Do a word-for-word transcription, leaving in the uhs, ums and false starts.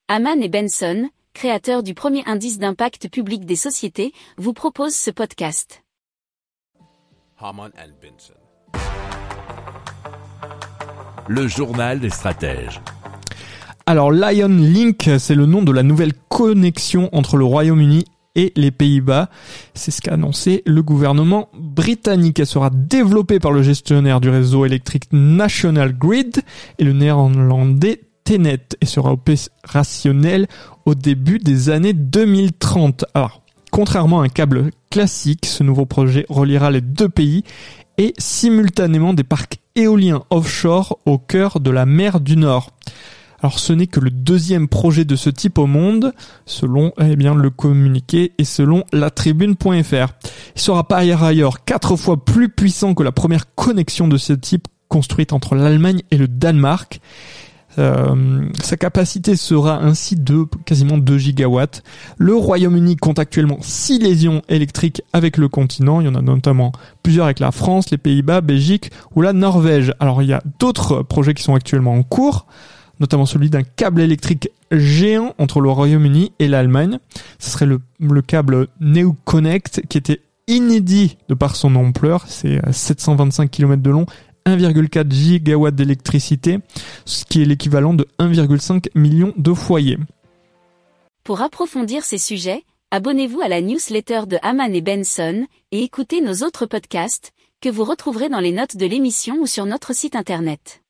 Hamann et Benson, créateurs du premier indice d'impact public des sociétés, vous proposent ce podcast. Hamann and Benson. Le journal des stratèges. Alors Lion Link, c'est le nom de la nouvelle connexion entre le Royaume-Uni et les Pays-Bas. C'est ce qu'a annoncé le gouvernement britannique. Elle sera développée par le gestionnaire du réseau électrique National Grid et le néerlandais Tenet et sera opérationnelle au début des années deux mille trente. Alors, contrairement à un câble classique, ce nouveau projet reliera les deux pays et simultanément des parcs éoliens offshore au cœur de la mer du Nord. Alors ce n'est que le deuxième projet de ce type au monde, selon eh bien, le communiqué et selon la tribune point f r. Il sera par ailleurs quatre fois plus puissant que la première connexion de ce type construite entre l'Allemagne et le Danemark. Euh, sa capacité sera ainsi de quasiment deux gigawatts. Le Royaume-Uni compte actuellement six liaisons électriques avec le continent. Il y en a notamment plusieurs avec la France, les Pays-Bas, Belgique ou la Norvège. Alors il y a d'autres projets qui sont actuellement en cours, notamment celui d'un câble électrique géant entre le Royaume-Uni et l'Allemagne. Ce serait le, le câble NeoConnect qui était inédit de par son ampleur. C'est sept cent vingt-cinq kilomètres de long, un virgule quatre gigawatts d'électricité, ce qui est l'équivalent de un virgule cinq million de foyers. Pour approfondir ces sujets, abonnez-vous à la newsletter de Hamann et Benson et écoutez nos autres podcasts que vous retrouverez dans les notes de l'émission ou sur notre site internet.